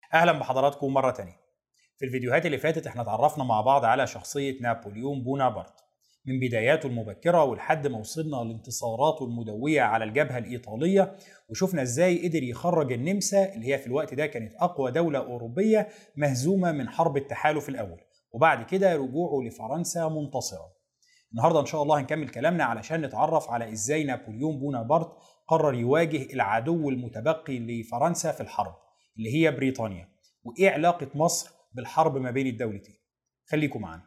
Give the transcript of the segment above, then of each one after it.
أهلا بحضراتكم مرة تانية. في الفيديوهات اللي فاتت احنا اتعرفنا مع بعض على شخصية نابليون بونابرت من بداياته المبكرة ولحد ما وصلنا لانتصاراته المدوية على الجبهة الإيطالية، وشفنا ازاي قدر يخرج النمسا اللي هي في الوقت ده كانت أقوى دولة أوروبية مهزومة من حرب التحالف الأول، وبعد كده رجوعه لفرنسا منتصرا. النهارده إن شاء الله هنكمل كلامنا علشان نتعرف على ازاي نابليون بونابرت قرر يواجه العدو المتبقي لفرنسا في الحرب اللي هي بريطانيا، وإيه علاقة مصر بالحرب ما بين الدولتين. خليكم معانا.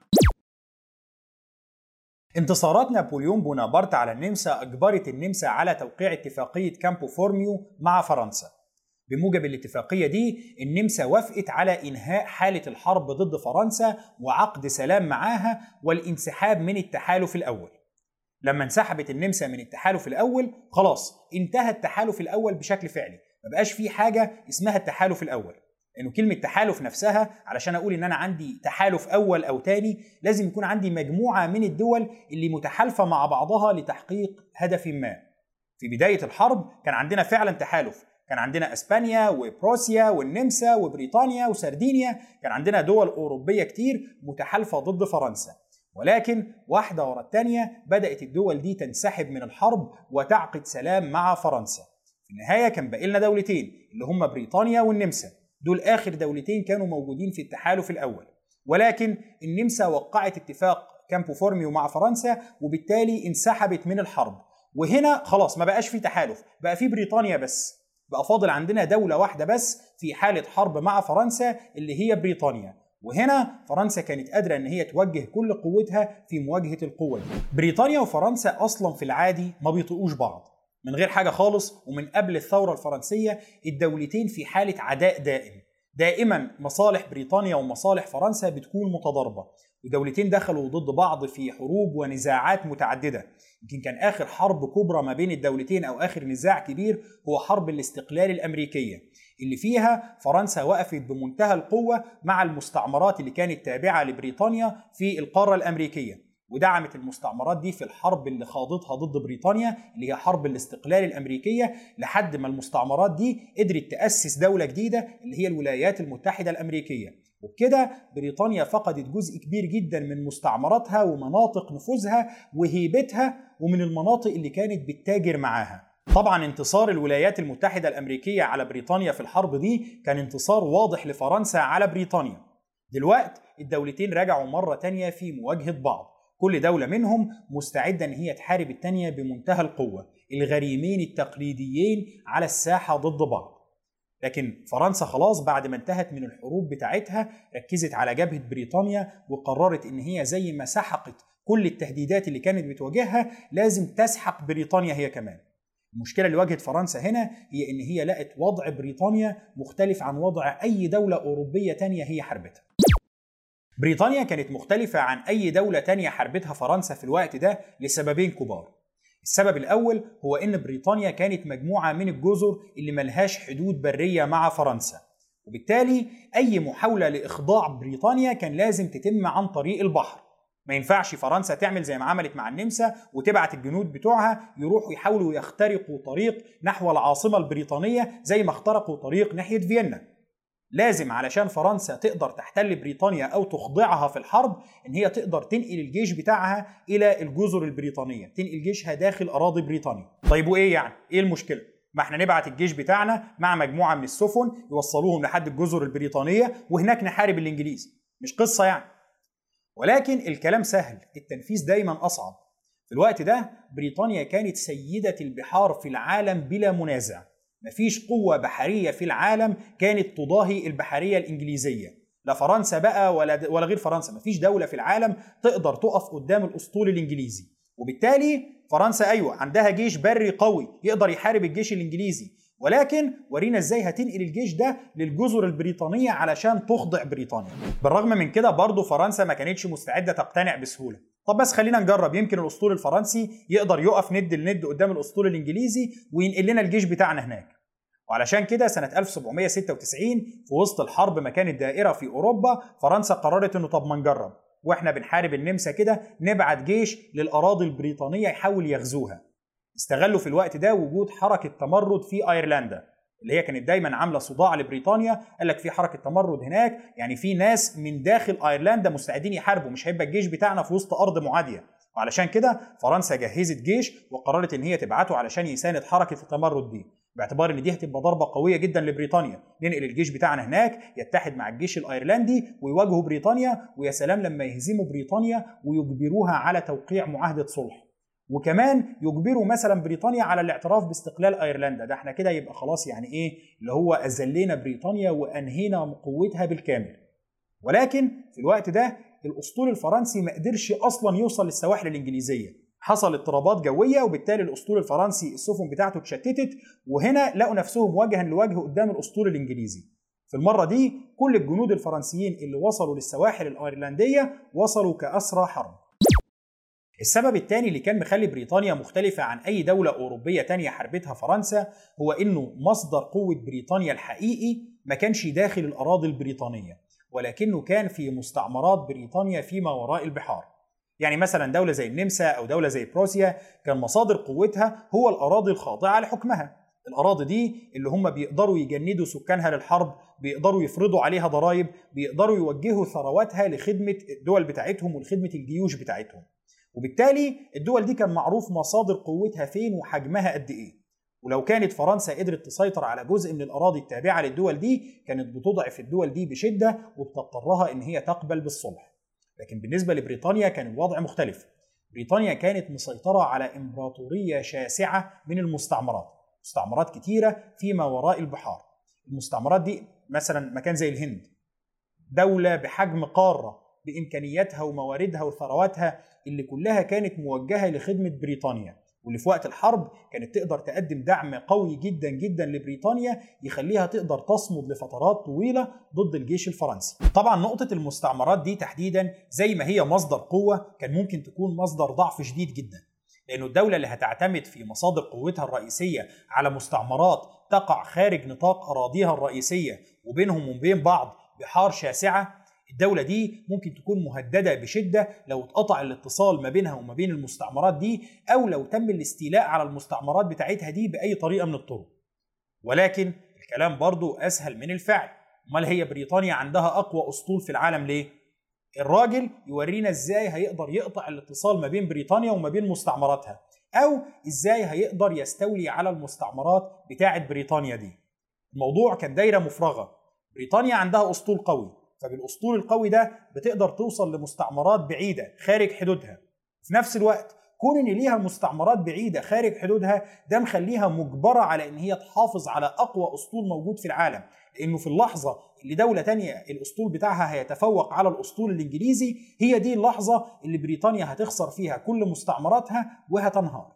انتصارات نابليون بونابرت على النمسا أجبرت النمسا على توقيع اتفاقية كامبو فورميو مع فرنسا. بموجب الاتفاقية دي النمسا وافقت على إنهاء حالة الحرب ضد فرنسا وعقد سلام معاها والانسحاب من التحالف الأول. لما انسحبت النمسا من التحالف الأول خلاص انتهى التحالف الأول بشكل فعلي، ما بقاش في حاجة اسمها التحالف الأول، لأنه كلمة تحالف نفسها علشان أقول إن أنا عندي تحالف أول أو تاني لازم يكون عندي مجموعة من الدول اللي متحالفة مع بعضها لتحقيق هدف ما. في بداية الحرب كان عندنا فعلا تحالف، كان عندنا أسبانيا وبروسيا والنمسا وبريطانيا وسردينيا، كان عندنا دول أوروبية كتير متحالفة ضد فرنسا، ولكن واحدة ورا التانية بدأت الدول دي تنسحب من الحرب وتعقد سلام مع فرنسا. في النهاية كان باقي لنا دولتين اللي هم بريطانيا والنمسا، دول آخر دولتين كانوا موجودين في التحالف الأول، ولكن النمسا وقعت اتفاق كامبو فورميو مع فرنسا وبالتالي انسحبت من الحرب، وهنا خلاص ما بقاش في تحالف، بقى في بريطانيا بس، بقى فاضل عندنا دولة واحدة بس في حالة حرب مع فرنسا اللي هي بريطانيا، وهنا فرنسا كانت قادرة ان هي توجه كل قوتها في مواجهة القوة دي. بريطانيا وفرنسا اصلا في العادي ما بيطيقوش بعض من غير حاجة خالص، ومن قبل الثورة الفرنسية الدولتين في حالة عداء دائم، دائما مصالح بريطانيا ومصالح فرنسا بتكون متضاربة، ودولتين دخلوا ضد بعض في حروب ونزاعات متعددة. يمكن كان آخر حرب كبرى ما بين الدولتين أو آخر نزاع كبير هو حرب الاستقلال الأمريكية، اللي فيها فرنسا وقفت بمنتهى القوة مع المستعمرات اللي كانت تابعة لبريطانيا في القارة الأمريكية، ودعمت المستعمرات دي في الحرب اللي خاضتها ضد بريطانيا اللي هي حرب الاستقلال الأمريكية، لحد ما المستعمرات دي قدرت تأسس دولة جديدة اللي هي الولايات المتحدة الأمريكية. وبكده بريطانيا فقدت جزء كبير جدا من مستعمراتها ومناطق نفوذها وهيبتها ومن المناطق اللي كانت بتتاجر معاها. طبعا انتصار الولايات المتحدة الأمريكية على بريطانيا في الحرب دي كان انتصار واضح لفرنسا على بريطانيا. دلوقتي الدولتين رجعوا مرة تانية في مواجهة بعض، كل دولة منهم مستعدة ان هي تحارب التانية بمنتهى القوة، الغريمين التقليديين على الساحة ضد بعض. لكن فرنسا خلاص بعد ما انتهت من الحروب بتاعتها ركزت على جبهة بريطانيا وقررت ان هي زي ما سحقت كل التهديدات اللي كانت بتواجهها لازم تسحق بريطانيا هي كمان. المشكلة اللي واجهت فرنسا هنا هي ان هي لقت وضع بريطانيا مختلف عن وضع اي دولة اوروبية تانية هي حربتها. بريطانيا كانت مختلفة عن أي دولة تانية حربتها فرنسا في الوقت ده لسببين كبار. السبب الأول هو إن بريطانيا كانت مجموعة من الجزر اللي ملهاش حدود برية مع فرنسا، وبالتالي أي محاولة لإخضاع بريطانيا كان لازم تتم عن طريق البحر. ما ينفعش فرنسا تعمل زي ما عملت مع النمسا وتبعت الجنود بتوعها يروحوا يحاولوا يخترقوا طريق نحو العاصمة البريطانية زي ما اخترقوا طريق ناحية فيينا. لازم علشان فرنسا تقدر تحتل بريطانيا أو تخضعها في الحرب إن هي تقدر تنقل الجيش بتاعها إلى الجزر البريطانية، تنقل جيشها داخل أراضي بريطانيا. طيب وإيه يعني؟ إيه المشكلة؟ ما احنا نبعت الجيش بتاعنا مع مجموعة من السفن يوصلوهم لحد الجزر البريطانية وهناك نحارب الإنجليز، مش قصة يعني. ولكن الكلام سهل، التنفيذ دايما أصعب. في الوقت ده بريطانيا كانت سيدة البحار في العالم بلا منازع، مفيش قوة بحرية في العالم كانت تضاهي البحرية الإنجليزية، لا فرنسا بقى ولا غير فرنسا، مفيش دولة في العالم تقدر تقف قدام الأسطول الإنجليزي. وبالتالي فرنسا أيوة عندها جيش بري قوي يقدر يحارب الجيش الإنجليزي، ولكن ورينا ازاي هتنقل الجيش ده للجزر البريطانية علشان تخضع بريطانيا. بالرغم من كده برضه فرنسا ما كانتش مستعدة تقتنع بسهولة. طب بس خلينا نجرب، يمكن الأسطول الفرنسي يقدر يقف ند لند قدام الأسطول الإنجليزي وينقل لنا الجيش بتاعنا هناك. وعلشان كده سنة 1796 في وسط الحرب ما كانت دائرة في أوروبا، فرنسا قررت إنه طب ما نجرب واحنا بنحارب النمسا كده نبعت جيش للأراضي البريطانية يحاول يغزوها. استغلوا في الوقت ده وجود حركة تمرد في أيرلندا. اللي هي كانت دايما عامله صداع لبريطانيا. قال لك في حركه تمرد هناك، يعني في ناس من داخل ايرلندا مستعدين يحاربوا، مش هيبقى الجيش بتاعنا في وسط ارض معاديه. وعلشان كده فرنسا جهزت جيش وقررت ان هي تبعته علشان يساند حركه التمرد دي، باعتبار ان دي هتبقى ضربه قويه جدا لبريطانيا. ننقل الجيش بتاعنا هناك يتحد مع الجيش الايرلندي ويواجهوا بريطانيا، ويا سلام لما يهزموا بريطانيا ويجبروها على توقيع معاهده صلح، وكمان يجبروا مثلا بريطانيا على الاعتراف باستقلال ايرلندا. ده احنا كده يبقى خلاص يعني ايه اللي هو اذلينا بريطانيا وانهينا قوتها بالكامل. ولكن في الوقت ده الاسطول الفرنسي ما قدرش اصلا يوصل للسواحل الانجليزيه، حصل اضطرابات جويه وبالتالي الاسطول الفرنسي السفن بتاعته اتشتتت، وهنا لقوا نفسهم وجها لوجه قدام الاسطول الانجليزي. في المره دي كل الجنود الفرنسيين اللي وصلوا للسواحل الايرلنديه وصلوا كأسرى حرب. السبب الثاني اللي كان مخلي بريطانيا مختلفة عن أي دولة أوروبية تانية حاربتها فرنسا هو إنه مصدر قوة بريطانيا الحقيقي ما كانش داخل الأراضي البريطانية، ولكنه كان في مستعمرات بريطانيا فيما وراء البحار. يعني مثلا دولة زي النمسا أو دولة زي بروسيا كان مصادر قوتها هو الأراضي الخاضعة لحكمها. الأراضي دي اللي هم بيقدروا يجندوا سكانها للحرب، بيقدروا يفرضوا عليها ضرائب، بيقدروا يوجهوا ثرواتها لخدمة الدول بتاعتهم ولخدمة الجيوش بتاعتهم. وبالتالي الدول دي كان معروف مصادر قوتها فين وحجمها قد ايه. ولو كانت فرنسا قدرت تسيطر على جزء من الأراضي التابعة للدول دي كانت بتضعف الدول دي بشدة وبتضطرها إن هي تقبل بالصلح. لكن بالنسبة لبريطانيا كان الوضع مختلف. بريطانيا كانت مسيطرة على إمبراطورية شاسعة من المستعمرات، مستعمرات كتيرة فيما وراء البحار. المستعمرات دي مثلا مكان زي الهند، دولة بحجم قارة بإمكانياتها ومواردها وثرواتها اللي كلها كانت موجهة لخدمة بريطانيا، واللي في وقت الحرب كانت تقدر تقدم دعم قوي جدا جدا لبريطانيا يخليها تقدر تصمد لفترات طويلة ضد الجيش الفرنسي. طبعا نقطة المستعمرات دي تحديدا زي ما هي مصدر قوة كان ممكن تكون مصدر ضعف شديد جدا، لأنه الدولة اللي هتعتمد في مصادر قوتها الرئيسية على مستعمرات تقع خارج نطاق أراضيها الرئيسية وبينهم وبين بعض بحار شاسعة، الدولة دي ممكن تكون مهددة بشدة لو اتقطع الاتصال ما بينها وما بين المستعمرات دي، أو لو تم الاستيلاء على المستعمرات بتاعتها دي بأي طريقة من الطرق. ولكن الكلام برضو أسهل من الفعل. امال هي بريطانيا عندها أقوى أسطول في العالم ليه؟ الراجل يورينا إزاي هيقدر يقطع الاتصال ما بين بريطانيا وما بين مستعمراتها، أو إزاي هيقدر يستولي على المستعمرات بتاعت بريطانيا دي. الموضوع كان دايرة مفرغة. بريطانيا عندها أسطول قوي، فبالأسطول القوي ده بتقدر توصل لمستعمرات بعيدة خارج حدودها. في نفس الوقت كون ان ليها مستعمرات بعيدة خارج حدودها ده مخليها مجبرة على ان هي تحافظ على اقوى اسطول موجود في العالم، لانه في اللحظة اللي دولة تانية الاسطول بتاعها هيتفوق على الاسطول الانجليزي هي دي اللحظة اللي بريطانيا هتخسر فيها كل مستعمراتها وهتنهار.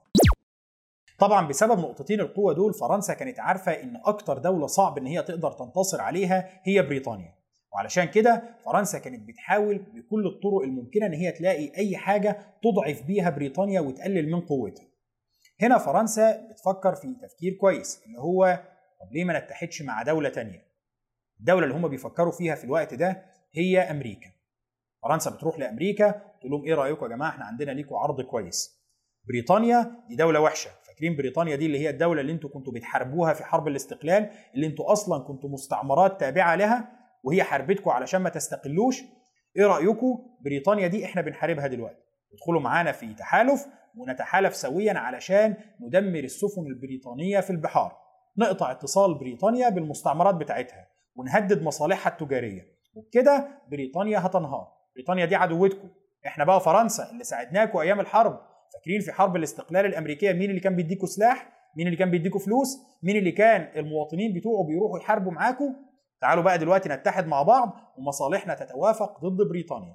طبعا بسبب نقطتين القوة دول فرنسا كانت عارفة ان اكتر دولة صعب ان هي تقدر تنتصر عليها هي بريطانيا، وعلشان كده فرنسا كانت بتحاول بكل الطرق الممكنة ان هي تلاقي اي حاجة تضعف بيها بريطانيا وتقلل من قوتها. هنا فرنسا بتفكر في تفكير كويس اللي هو طب ليه ما نتحدش مع دولة تانية؟ الدولة اللي هم بيفكروا فيها في الوقت ده هي امريكا. فرنسا بتروح لامريكا تقول لهم ايه رأيكم يا جماعة، احنا عندنا ليكم عرض كويس. بريطانيا دي دولة وحشة، فاكرين بريطانيا دي اللي هي الدولة اللي انتوا كنتوا بتحاربوها في حرب الاستقلال، اللي انتوا اصلا كنتوا مستعمرات تابعة لها وهي حاربتكم علشان ما تستقلوش. ايه رأيكم بريطانيا دي احنا بنحاربها دلوقتي، ادخلوا معانا في تحالف ونتحالف سويا علشان ندمر السفن البريطانية في البحار، نقطع اتصال بريطانيا بالمستعمرات بتاعتها ونهدد مصالحها التجارية، وبكده بريطانيا هتنهار. بريطانيا دي عدوتكم، احنا بقى فرنسا اللي ساعدناكم ايام الحرب. فاكرين في حرب الاستقلال الامريكيه مين اللي كان بيديكوا سلاح؟ مين اللي كان بيديكوا فلوس؟ مين اللي كان المواطنين بتوعه بيروحوا يحاربوا معاكم؟ تعالوا بقى دلوقتي نتحد مع بعض ومصالحنا تتوافق ضد بريطانيا.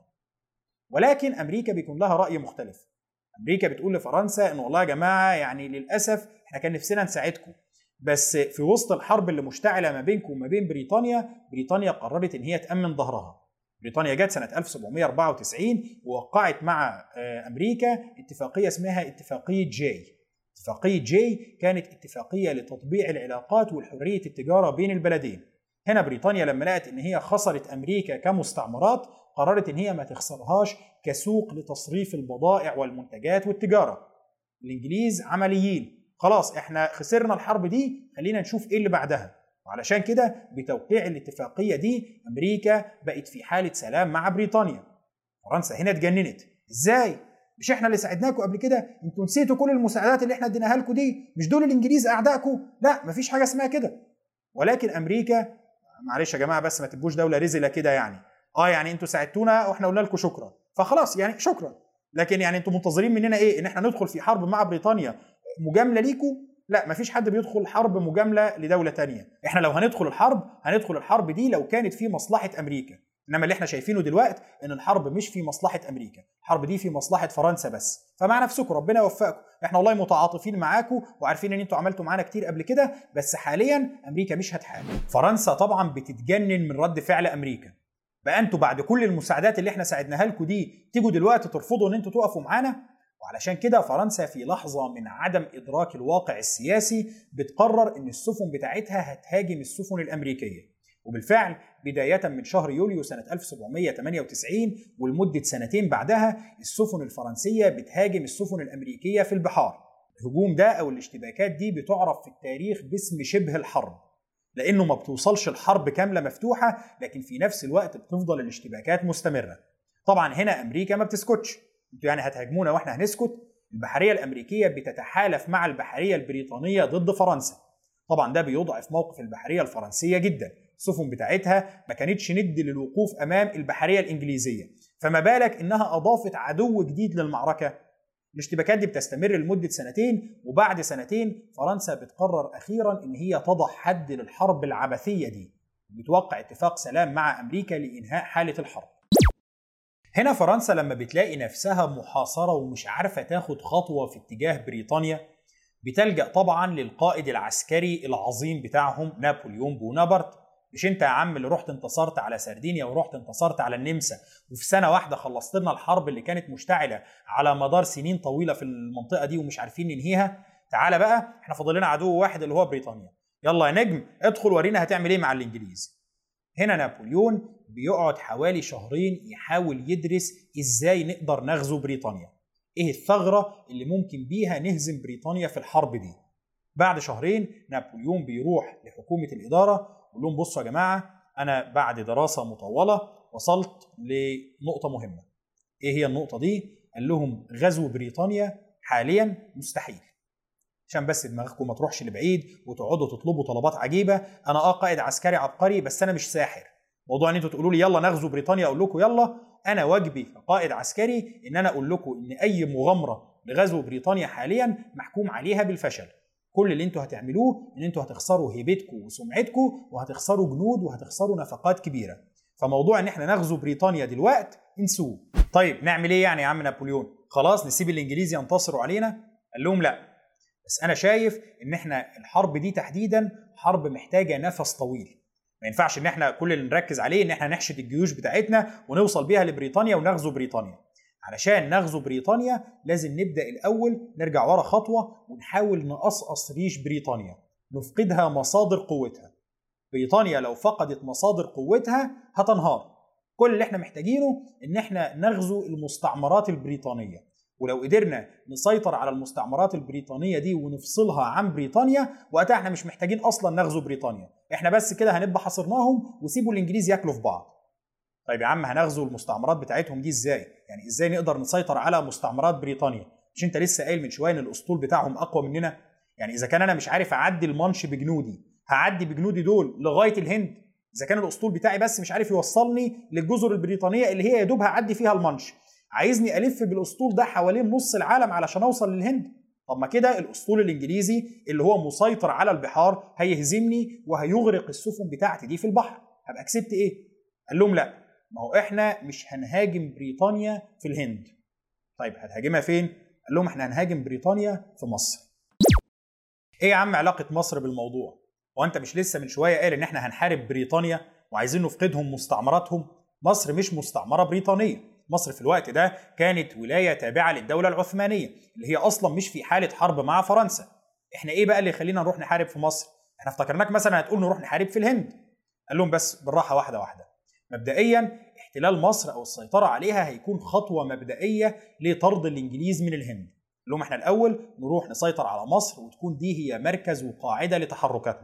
ولكن امريكا بيكون لها راي مختلف. امريكا بتقول لفرنسا ان والله يا جماعه يعني للاسف احنا كان نفسنا نساعدكم، بس في وسط الحرب اللي مشتعله ما بينكم وما بين بريطانيا قررت ان هي تامن ظهرها. بريطانيا جت سنه 1794 ووقعت مع امريكا اتفاقيه اسمها اتفاقيه جاي. اتفاقيه جاي كانت اتفاقيه لتطبيع العلاقات وحريه التجاره بين البلدين. هنا بريطانيا لما لقت ان هي خسرت امريكا كمستعمرات قررت ان هي ما تخسرهاش كسوق لتصريف البضائع والمنتجات والتجاره. الانجليز عمليين، خلاص احنا خسرنا الحرب دي، خلينا نشوف ايه اللي بعدها. وعلشان كده بتوقيع الاتفاقية دي أمريكا بقت في حالة سلام مع بريطانيا. فرنسا هنا اتجننت، ازاي؟ مش احنا اللي ساعدناكم قبل كده؟ انتوا نسيتوا كل المساعدات اللي احنا اديناها لكم دي؟ مش دول الانجليز اعدائكم؟ لا، مفيش حاجة اسمها كده. ولكن أمريكا، معلش يا جماعة بس ما تبقوش دولة رزلة كده يعني. يعني انتوا ساعدتونا واحنا قلنا لكم شكرا، فخلاص يعني شكرا. لكن يعني انتوا منتظرين مننا ايه؟ ان احنا ندخل في حرب مع بريطانيا مجاملة ليكم؟ لا، مفيش حد بيدخل حرب مجاملة لدولة تانية. احنا لو هندخل الحرب، هندخل الحرب دي لو كانت في مصلحة أمريكا. انما اللي احنا شايفينه دلوقتي ان الحرب مش في مصلحة أمريكا، الحرب دي في مصلحة فرنسا بس. فمع نفسكم، ربنا يوفقكم. احنا والله متعاطفين معاكم وعارفين ان انتوا عملتوا معانا كتير قبل كده، بس حاليا أمريكا مش هتحارب. فرنسا طبعا بتتجنن من رد فعل أمريكا. بقى انتوا بعد كل المساعدات اللي احنا ساعدناها لكم دي تيجوا دلوقتي ترفضوا ان انتوا تقفوا معانا؟ وعلشان كده فرنسا في لحظة من عدم إدراك الواقع السياسي بتقرر إن السفن بتاعتها هتهاجم السفن الأمريكية. وبالفعل بداية من شهر يوليو سنة 1798 ولمدة سنتين بعدها، السفن الفرنسية بتهاجم السفن الأمريكية في البحار. الهجوم ده أو الاشتباكات دي بتعرف في التاريخ باسم شبه الحرب، لأنه ما بتوصلش الحرب كاملة مفتوحة، لكن في نفس الوقت بتفضل الاشتباكات مستمرة. طبعا هنا أمريكا ما بتسكتش. انتوا يعني هتهاجمونا واحنا هنسكت؟ البحرية الأمريكية بتتحالف مع البحرية البريطانية ضد فرنسا. طبعا ده بيضعف موقف البحرية الفرنسية جدا، السفن بتاعتها ما كانتش ند للوقوف أمام البحرية الإنجليزية، فما بالك إنها أضافت عدو جديد للمعركة. الاشتباكات دي بتستمر لمدة سنتين، وبعد سنتين فرنسا بتقرر أخيرا إن هي تضع حد للحرب العبثية دي، وبتوقع اتفاق سلام مع أمريكا لإنهاء حالة الحرب. هنا فرنسا لما بتلاقي نفسها محاصرة ومش عارفة تاخد خطوة في اتجاه بريطانيا، بتلجأ طبعا للقائد العسكري العظيم بتاعهم نابليون بونابرت. مش انت يا عم اللي رحت انتصرت على سردينيا ورحت انتصرت على النمسا وفي سنة واحدة خلصت لنا الحرب اللي كانت مشتعلة على مدار سنين طويلة في المنطقة دي ومش عارفين ننهيها؟ تعالى بقى، احنا فاضل لنا عدو واحد اللي هو بريطانيا. يلا يا نجم ادخل ورينا هتعمل ايه مع الانجليز. هنا نابليون بيقعد حوالي شهرين يحاول يدرس ازاي نقدر نغزو بريطانيا، ايه الثغرة اللي ممكن بيها نهزم بريطانيا في الحرب دي. بعد شهرين نابليون بيروح لحكومة الإدارة ويقول لهم بصوا يا جماعة، أنا بعد دراسة مطولة وصلت لنقطة مهمة. ايه هي النقطة دي؟ قال لهم غزو بريطانيا حاليا مستحيل. عشان بس دماغكم ما تروحش لبعيد وتقعدوا تطلبوا طلبات عجيبة. انا قائد عسكري عبقري بس انا مش ساحر. موضوع ان انتوا تقولوا لي يلا نغزو بريطانيا اقول لكم يلا. انا واجبي كقائد عسكري ان انا اقول لكم ان اي مغامرة لغزو بريطانيا حاليا محكوم عليها بالفشل. كل اللي انتوا هتعملوه ان انتوا هتخسروا هيبتكم وسمعتكم وهتخسروا جنود وهتخسروا نفقات كبيرة. فموضوع ان احنا نغزو بريطانيا دلوقتي انسوه. طيب نعمل ايه يعني يا عم نابليون؟ خلاص نسيب الانجليز ينتصروا علينا؟ قال لهم لا، بس أنا شايف إن إحنا الحرب دي تحديداً حرب محتاجة نفس طويل. ما ينفعش إن إحنا كل اللي نركز عليه إن إحنا نحشد الجيوش بتاعتنا ونوصل بيها لبريطانيا ونغزو بريطانيا. علشان نغزو بريطانيا لازم نبدأ الأول نرجع ورا خطوة ونحاول نقصقص ريش بريطانيا، نفقدها مصادر قوتها. بريطانيا لو فقدت مصادر قوتها هتنهار. كل اللي إحنا محتاجينه إن إحنا نغزو المستعمرات البريطانية، ولو قدرنا نسيطر على المستعمرات البريطانية دي ونفصلها عن بريطانيا، وقتها احنا مش محتاجين اصلا نغزو بريطانيا، احنا بس كده هنبقى حاصرناهم وسيبوا الانجليز ياكلوا في بعض. طيب يا عم هنغزو المستعمرات بتاعتهم دي ازاي؟ يعني ازاي نقدر نسيطر على مستعمرات بريطانيا؟ مش انت لسه قايل من شويه ان الاسطول بتاعهم اقوى مننا؟ يعني اذا كان انا مش عارف اعدي المانش بجنودي، هعدي بجنودي دول لغايه الهند؟ اذا كان الاسطول بتاعي بس مش عارف يوصلني للجزر البريطانيه اللي هي يا دوب هعدي فيها المانش، عايزني الف بالاسطول ده حوالين نص العالم علشان اوصل للهند؟ طب ما كده الاسطول الانجليزي اللي هو مسيطر على البحار هيهزمني وهيغرق السفن بتاعتي دي في البحر، هبقى كسبت ايه؟ قال لهم لا، ما هو احنا مش هنهاجم بريطانيا في الهند. طيب هتهاجمها فين؟ قال لهم احنا هنهاجم بريطانيا في مصر. ايه يا عم علاقة مصر بالموضوع؟ وانت مش لسه من شوية قال ان احنا هنحارب بريطانيا وعايزين نفقدهم مستعمراتهم؟ مصر مش مستعمرة بريطانية، مصر في الوقت ده كانت ولاية تابعة للدولة العثمانية اللي هي اصلا مش في حالة حرب مع فرنسا. احنا ايه بقى اللي يخلينا نروح نحارب في مصر؟ احنا افتكرناك مثلا هتقول نروح نحارب في الهند. قال لهم بس بالراحة واحدة واحدة. مبدئيا احتلال مصر او السيطرة عليها هيكون خطوة مبدئية لطرد الانجليز من الهند. قال لهم احنا الاول نروح نسيطر على مصر وتكون دي هي مركز وقاعدة لتحركاتنا.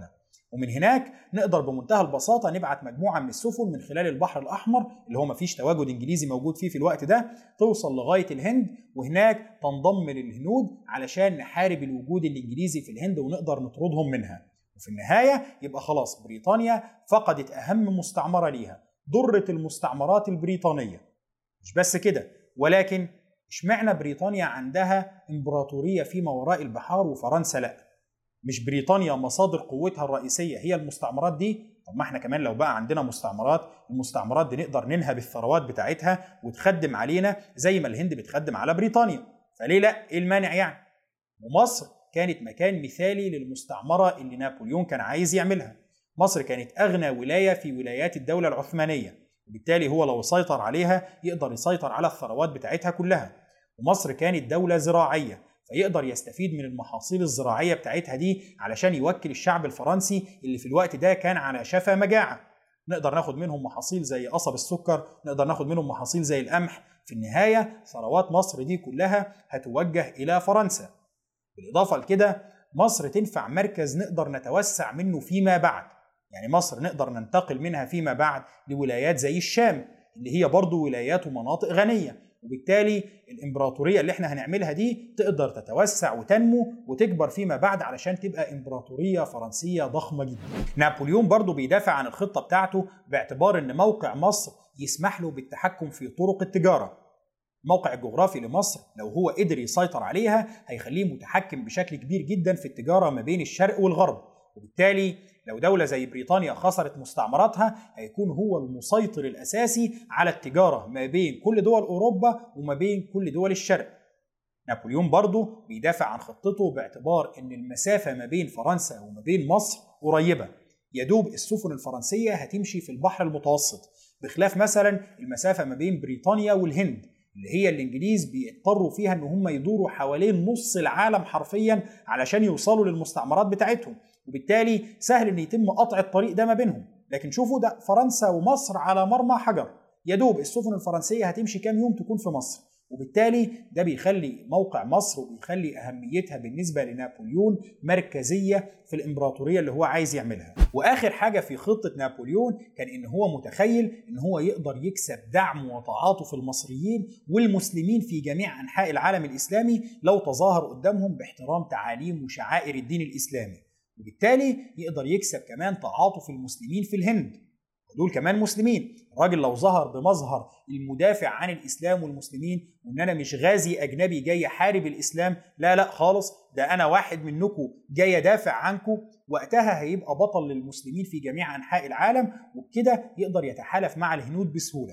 ومن هناك نقدر بمنتهى البساطة نبعت مجموعة من السفن من خلال البحر الأحمر اللي هو مفيش تواجد إنجليزي موجود فيه في الوقت ده، توصل لغاية الهند، وهناك تنضم للهنود علشان نحارب الوجود الإنجليزي في الهند ونقدر نطردهم منها. وفي النهاية يبقى خلاص بريطانيا فقدت أهم مستعمرة ليها، ضرة المستعمرات البريطانية. مش بس كده، ولكن اشمعنى بريطانيا عندها إمبراطورية فيما وراء البحار وفرنسا لأ؟ مش بريطانيا مصادر قوتها الرئيسية هي المستعمرات دي؟ طب ما احنا كمان لو بقى عندنا مستعمرات، المستعمرات دي نقدر ننهب الثروات بتاعتها وتخدم علينا زي ما الهند بتخدم على بريطانيا، فليه لا؟ ايه المانع يعني؟ ومصر كانت مكان مثالي للمستعمرة اللي نابليون كان عايز يعملها. مصر كانت أغنى ولاية في ولايات الدولة العثمانية، وبالتالي هو لو سيطر عليها يقدر يسيطر على الثروات بتاعتها كلها. ومصر كانت دولة زراعية، فيقدر يستفيد من المحاصيل الزراعية بتاعتها دي علشان يوكل الشعب الفرنسي اللي في الوقت ده كان على شفا مجاعة. نقدر ناخد منهم محاصيل زي قصب السكر، نقدر ناخد منهم محاصيل زي القمح. في النهاية ثروات مصر دي كلها هتوجه إلى فرنسا. بالإضافة لكده مصر تنفع مركز نقدر نتوسع منه فيما بعد، يعني مصر نقدر ننتقل منها فيما بعد لولايات زي الشام اللي هي برضو ولايات ومناطق غنية، وبالتالي الإمبراطورية اللي احنا هنعملها دي تقدر تتوسع وتنمو وتكبر فيما بعد علشان تبقى إمبراطورية فرنسية ضخمة جدا. نابليون برضو بيدافع عن الخطة بتاعته باعتبار أن موقع مصر يسمح له بالتحكم في طرق التجارة. الموقع الجغرافي لمصر لو هو قدر يسيطر عليها هيخليه متحكم بشكل كبير جدا في التجارة ما بين الشرق والغرب، وبالتالي لو دولة زي بريطانيا خسرت مستعمراتها هيكون هو المسيطر الأساسي على التجارة ما بين كل دول أوروبا وما بين كل دول الشرق. نابليون برضو بيدافع عن خطته باعتبار أن المسافة ما بين فرنسا وما بين مصر قريبة، يدوب السفن الفرنسية هتمشي في البحر المتوسط، بخلاف مثلا المسافة ما بين بريطانيا والهند اللي هي الإنجليز بيضطروا فيها أن هم يدوروا حوالين نص العالم حرفيا علشان يوصلوا للمستعمرات بتاعتهم، وبالتالي سهل أن يتم قطع الطريق ده ما بينهم. لكن شوفوا ده فرنسا ومصر على مرمى حجر، يدوب السفن الفرنسية هتمشي كام يوم تكون في مصر، وبالتالي ده بيخلي موقع مصر وبيخلي أهميتها بالنسبة لنابليون مركزية في الإمبراطورية اللي هو عايز يعملها. وآخر حاجة في خطة نابليون كان إن هو متخيل إن هو يقدر يكسب دعم وتعاطف المصريين والمسلمين في جميع أنحاء العالم الإسلامي لو تظاهر قدامهم باحترام تعاليم وشعائر الدين الإسلامي، وبالتالي يقدر يكسب كمان تعاطف المسلمين في الهند، ودول كمان مسلمين. الراجل لو ظهر بمظهر المدافع عن الإسلام والمسلمين وإن أنا مش غازي أجنبي جاي أحارب الإسلام، لا خالص، ده أنا واحد منكم جاي أدافع عنكم، وقتها هيبقى بطل للمسلمين في جميع أنحاء العالم، وبكده يقدر يتحالف مع الهنود بسهولة.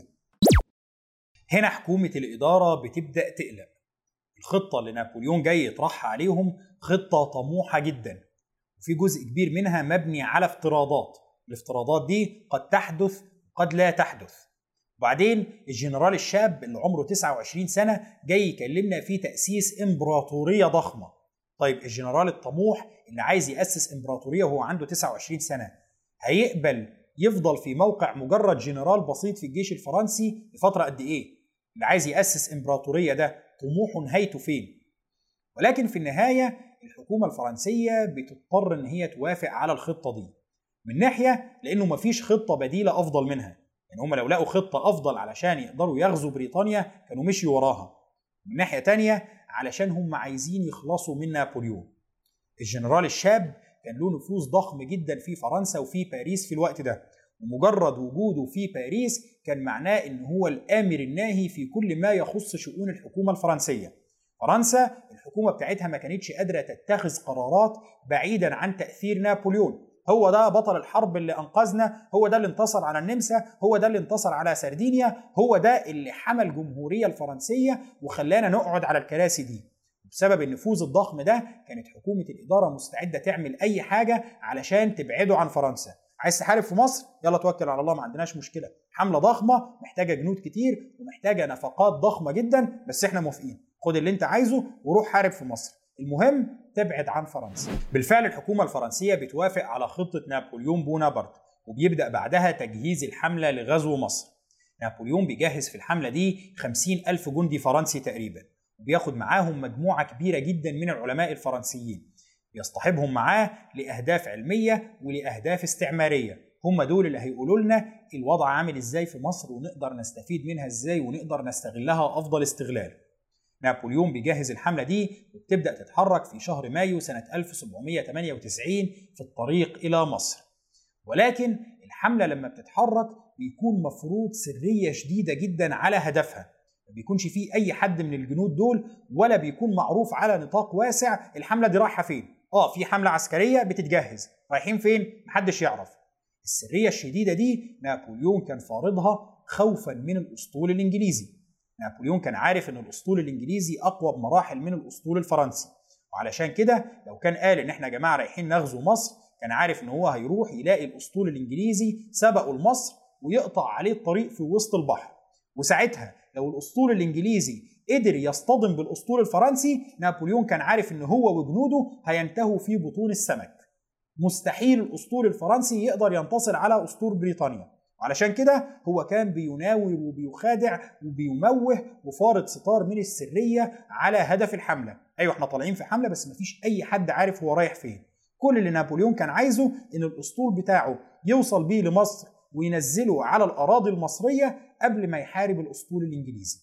هنا حكومة الإدارة بتبدأ تقلق. الخطة اللي نابليون جاي يطرحها عليهم خطة طموحة جدا، وفي جزء كبير منها مبني على افتراضات. الافتراضات دي قد تحدث وقد لا تحدث. وبعدين الجنرال الشاب اللي عمره 29 سنة جاي يكلمنا في تأسيس إمبراطورية ضخمة. طيب الجنرال الطموح اللي عايز يأسس إمبراطورية وهو عنده 29 سنة هيقبل يفضل في موقع مجرد جنرال بسيط في الجيش الفرنسي لفترة قد إيه؟ اللي عايز يأسس إمبراطورية ده طموحه نهايته فين؟ ولكن في النهاية الحكومة الفرنسية بتضطر إن هي توافق على الخطة دي، من ناحية لأنه مفيش خطة بديلة أفضل منها، يعني هم لو لقوا خطة أفضل علشان يقدروا يغزوا بريطانيا كانوا مشيوا وراها. من ناحية تانية علشان هم عايزين يخلصوا من نابليون. الجنرال الشاب كان له نفوذ ضخم جدا في فرنسا وفي باريس في الوقت ده، ومجرد وجوده في باريس كان معناه إن هو الآمر الناهي في كل ما يخص شؤون الحكومة الفرنسية. فرنسا الحكومة بتاعتها ما كانتش قادرة تتخذ قرارات بعيدا عن تأثير نابليون. هو ده بطل الحرب اللي أنقذنا، هو ده اللي انتصر على النمسا، هو ده اللي انتصر على سردينيا، هو ده اللي حمى الجمهورية الفرنسية وخلانا نقعد على الكراسي دي. بسبب النفوذ الضخم ده كانت حكومة الإدارة مستعدة تعمل أي حاجة علشان تبعده عن فرنسا. عايز تحارب في مصر؟ يلا توكل على الله، ما عندناش مشكلة. حملة ضخمة محتاجة جنود كتير ومحتاجة نفقات ضخمة جدا، بس احنا موافقين، خد اللي انت عايزه وروح حارب في مصر، المهم تبعد عن فرنسا. بالفعل الحكومة الفرنسية بتوافق على خطة نابليون بونابرت، وبيبدأ بعدها تجهيز الحملة لغزو مصر. نابليون بيجهز في الحملة دي 50,000 جندي فرنسي تقريبا، وبياخد معاهم مجموعة كبيرة جدا من العلماء الفرنسيين. بيصطحبهم معاه لأهداف علمية ولأهداف استعمارية. هم دول اللي هيقولوا لنا الوضع عامل ازاي في مصر ونقدر نستفيد منها ازاي ونقدر نستغلها أفضل استغلال. نابليون بيجهز الحملة دي وبتبدأ تتحرك في شهر مايو سنة 1798 في الطريق إلى مصر. ولكن الحملة لما بتتحرك بيكون مفروض سرية شديدة جدا على هدفها، ما بيكونش فيه أي حد من الجنود دول ولا بيكون معروف على نطاق واسع الحملة دي رايحة فين. في حملة عسكرية بتتجهز، رايحين فين؟ محدش يعرف. السرية الشديدة دي نابليون كان فارضها خوفا من الأسطول الإنجليزي. نابليون كان عارف ان الاسطول الانجليزي اقوى بمراحل من الاسطول الفرنسي، وعلشان كده لو كان قال ان احنا يا جماعه رايحين نغزو مصر كان عارف ان هو هيروح يلاقي الاسطول الانجليزي سبقه لمصر ويقطع عليه الطريق في وسط البحر. وساعتها لو الاسطول الانجليزي قدر يصطدم بالاسطول الفرنسي، نابليون كان عارف ان هو وجنوده هينتهوا في بطون السمك. مستحيل الاسطول الفرنسي يقدر ينتصر على اسطول بريطانيا. وعلشان كده هو كان بيناور وبيخادع وبيموه وفارض ستار من السرية على هدف الحملة. أيوة احنا طالعين في حملة بس مفيش أي حد عارف هو رايح فين. كل اللي نابليون كان عايزه إن الأسطول بتاعه يوصل بيه لمصر وينزله على الأراضي المصرية قبل ما يحارب الأسطول الإنجليزي.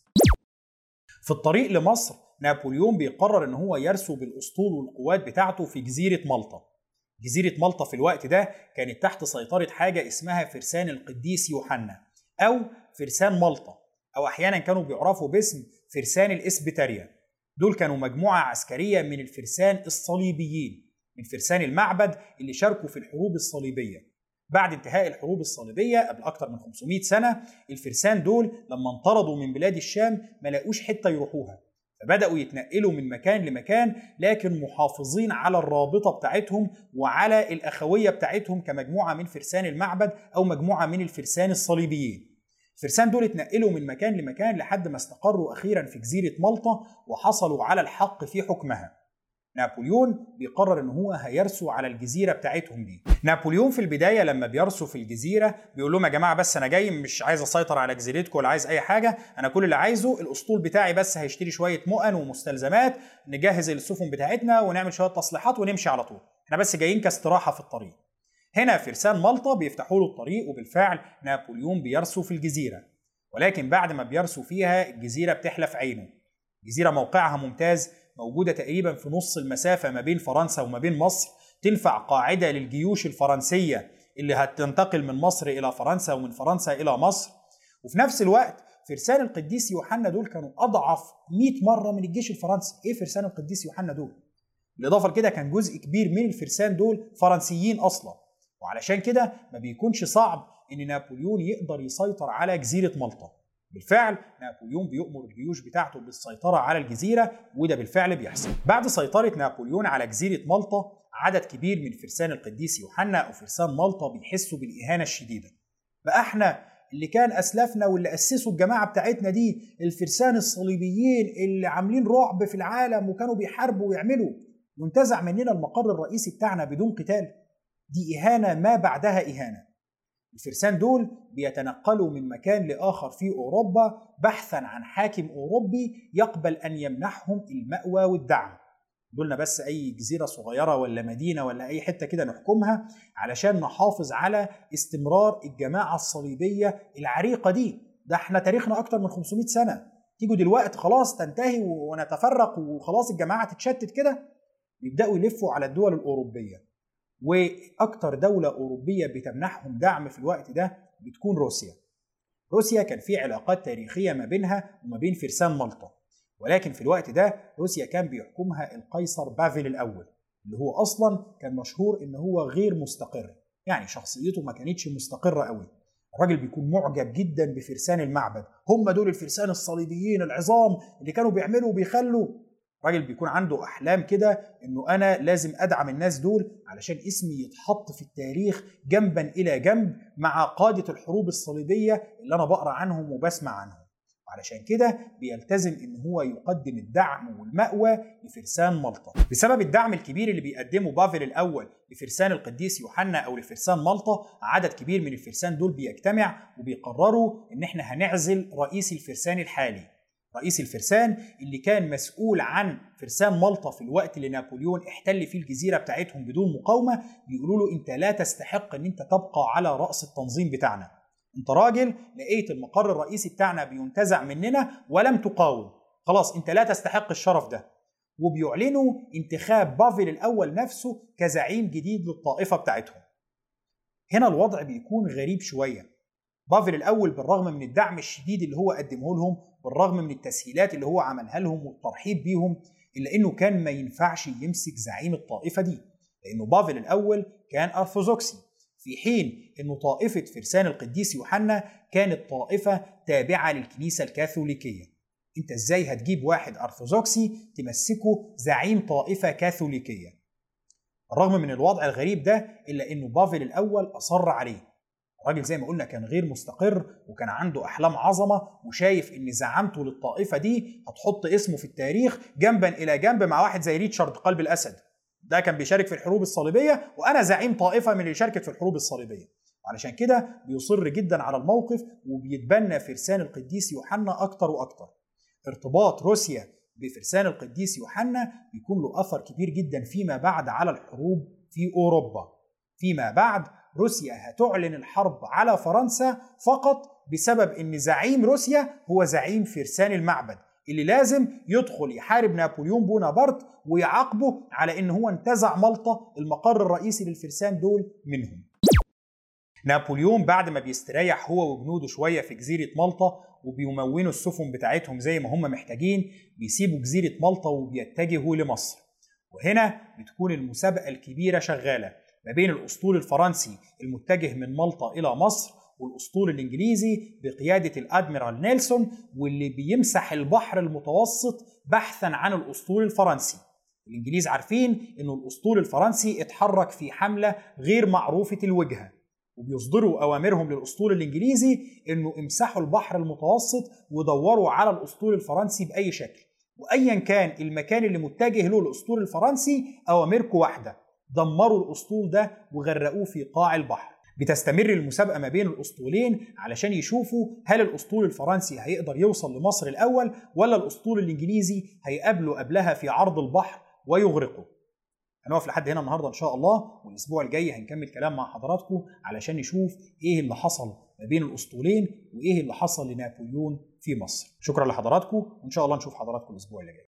في الطريق لمصر نابليون بيقرر إن هو يرسو بالأسطول والقوات بتاعته في جزيرة مالطا. جزيرة مالطا في الوقت ده كانت تحت سيطرة حاجة اسمها فرسان القديس يوحنا أو فرسان مالطا، أو أحيانا كانوا بيعرفوا باسم فرسان الإسبتاريا. دول كانوا مجموعة عسكرية من الفرسان الصليبيين، من فرسان المعبد اللي شاركوا في الحروب الصليبية. بعد انتهاء الحروب الصليبية قبل أكتر من 500 سنة، الفرسان دول لما انطردوا من بلاد الشام ما لاقوش حتة يروحوها، فبدأوا يتنقلوا من مكان لمكان لكن محافظين على الرابطة بتاعتهم وعلى الأخوية بتاعتهم كمجموعة من فرسان المعبد أو مجموعة من الفرسان الصليبيين. الفرسان دول اتنقلوا من مكان لمكان لحد ما استقروا أخيرا في جزيرة مالطا وحصلوا على الحق في حكمها. نابليون بيقرر ان هو هيرسو على الجزيره بتاعتهم دي. نابليون في البدايه لما بيرسو في الجزيره بيقول لهم يا جماعه بس انا جاي مش عايز اسيطر على جزيرتكم ولا عايز اي حاجه، انا كل اللي عايزه الاسطول بتاعي بس هيشتري شويه مؤن ومستلزمات، نجهز السفن بتاعتنا ونعمل شويه تصليحات ونمشي على طول، احنا بس جايين كاستراحه في الطريق. هنا فرسان مالطا بيفتحوا له الطريق وبالفعل نابليون بيرسو في الجزيره. ولكن بعد ما بيرسو فيها الجزيره بتحلف عينه. الجزيره موقعها ممتاز، موجودة تقريبا في نص المسافة ما بين فرنسا وما بين مصر، تنفع قاعدة للجيوش الفرنسية اللي هتنتقل من مصر إلى فرنسا ومن فرنسا إلى مصر. وفي نفس الوقت فرسان القديس يوحنا دول كانوا أضعف 100 مرة من الجيش الفرنسي. إيه فرسان القديس يوحنا دول؟ بالإضافة لكده كان جزء كبير من الفرسان دول فرنسيين أصلا، وعلشان كده ما بيكونش صعب إن نابليون يقدر يسيطر على جزيرة مالطا. بالفعل نابليون بيؤمر الجيوش بتاعته بالسيطرة على الجزيرة، وده بالفعل بيحصل. بعد سيطرة نابليون على جزيرة مالطا عدد كبير من فرسان القديس يوحنا أو فرسان مالطا بيحسوا بالإهانة الشديدة. بقى احنا اللي كان أسلافنا واللي أسسوا الجماعة بتاعتنا دي الفرسان الصليبيين اللي عاملين رعب في العالم وكانوا بيحاربوا ويعملوا، وانتزع مننا المقر الرئيسي بتاعنا بدون قتال. دي إهانة ما بعدها إهانة. الفرسان دول بيتنقلوا من مكان لآخر في أوروبا بحثا عن حاكم أوروبي يقبل أن يمنحهم المأوى والدعم. دولنا بس أي جزيرة صغيرة ولا مدينة ولا أي حتة كده نحكمها علشان نحافظ على استمرار الجماعة الصليبية العريقة دي. ده احنا تاريخنا أكتر من 500 سنة، تيجوا دلوقتي خلاص تنتهي ونتفرق وخلاص الجماعة تتشتت كده. بيبدأوا يلفوا على الدول الأوروبية، وأكتر دولة أوروبية بتمنحهم دعم في الوقت ده بتكون روسيا. روسيا كان في علاقات تاريخية ما بينها وما بين فرسان مالطا، ولكن في الوقت ده روسيا كان بيحكمها القيصر بافل الأول، اللي هو أصلا كان مشهور إن هو غير مستقر، يعني شخصيته ما كانتش مستقرة قوي. الراجل بيكون معجب جدا بفرسان المعبد، هم دول الفرسان الصليبيين العظام اللي كانوا بيعملوا وبيخلوا. راجل بيكون عنده أحلام كده إنه أنا لازم أدعم الناس دول علشان اسمي يتحط في التاريخ جنبا إلى جنب مع قادة الحروب الصليبية اللي أنا بقرأ عنهم وبسمع عنهم. وعلشان كده بيلتزم إن هو يقدم الدعم والمأوى لفرسان مالطا. بسبب الدعم الكبير اللي بيقدمه بافل الأول لفرسان القديس يوحنا أو لفرسان مالطا، عدد كبير من الفرسان دول بيجتمع وبيقرروا إن إحنا هنعزل رئيس الفرسان الحالي. رئيس الفرسان اللي كان مسؤول عن فرسان مالطا في الوقت اللي نابليون احتل فيه الجزيرة بتاعتهم بدون مقاومة، بيقولوا له انت لا تستحق ان انت تبقى على رأس التنظيم بتاعنا، انت راجل لقيت المقر الرئيسي بتاعنا بينتزع مننا ولم تقاوم، خلاص انت لا تستحق الشرف ده. وبيعلنوا انتخاب بافل الأول نفسه كزعيم جديد للطائفة بتاعتهم. هنا الوضع بيكون غريب شوية. بافل الأول بالرغم من الدعم الشديد اللي هو قدمه لهم، بالرغم من التسهيلات اللي هو عملها لهم والترحيب بيهم، إلا إنه كان ما ينفعش يمسك زعيم الطائفة دي، لأنه بافل الأول كان أرثوذكسي، في حين إنه طائفة فرسان القديس يوحنا كانت طائفة تابعة للكنيسة الكاثوليكية. أنت إزاي هتجيب واحد أرثوذكسي تمسكه زعيم طائفة كاثوليكية؟ بالرغم من الوضع الغريب ده إلا إنه بافل الأول أصر عليه. الراجل زي ما قلنا كان غير مستقر وكان عنده أحلام عظمة، وشايف إن زعامته للطائفة دي هتحط اسمه في التاريخ جنبا إلى جنب مع واحد زي ريتشارد قلب الأسد، ده كان بيشارك في الحروب الصليبية وأنا زعيم طائفة من اللي شاركت في الحروب الصليبية. وعلشان كده بيصر جدا على الموقف وبيتبنى فرسان القديس يوحنا أكتر وأكتر. ارتباط روسيا بفرسان القديس يوحنا بيكون له أثر كبير جدا فيما بعد على الحروب في أوروبا. فيما بعد روسيا هتعلن الحرب على فرنسا فقط بسبب ان زعيم روسيا هو زعيم فرسان المعبد اللي لازم يدخل يحارب نابليون بونابرت ويعاقبه على ان هو انتزع مالطا المقر الرئيسي للفرسان دول منهم. نابليون بعد ما بيستريح هو وجنوده شوية في جزيرة مالطا وبيمونوا السفن بتاعتهم زي ما هم محتاجين، بيسيبوا جزيرة مالطا وبيتجهوا لمصر. وهنا بتكون المسابقة الكبيرة شغالة ما بين الأسطول الفرنسي المتجه من مالطا إلى مصر والأسطول الإنجليزي بقيادة الأدميرال نيلسون، واللي بيمسح البحر المتوسط بحثا عن الأسطول الفرنسي. الإنجليز عارفين إنه الأسطول الفرنسي اتحرك في حملة غير معروفة الوجهة، وبيصدروا أوامرهم للأسطول الإنجليزي إنه امسحوا البحر المتوسط ودوروا على الأسطول الفرنسي بأي شكل، وأيا كان المكان اللي متجه له الأسطول الفرنسي أوامركم واحدة، دمروا الأسطول ده وغرقوه في قاع البحر. بتستمر المسابقة ما بين الأسطولين علشان يشوفوا هل الأسطول الفرنسي هيقدر يوصل لمصر الأول ولا الأسطول الإنجليزي هيقابله قبلها في عرض البحر ويغرقه. هنقف لحد هنا النهاردة إن شاء الله، والأسبوع الجاي هنكمل كلام مع حضراتكم علشان نشوف إيه اللي حصل ما بين الأسطولين وإيه اللي حصل لنابليون في مصر. شكرا لحضراتكم وإن شاء الله نشوف حضراتكم الأسبوع اللي جاي.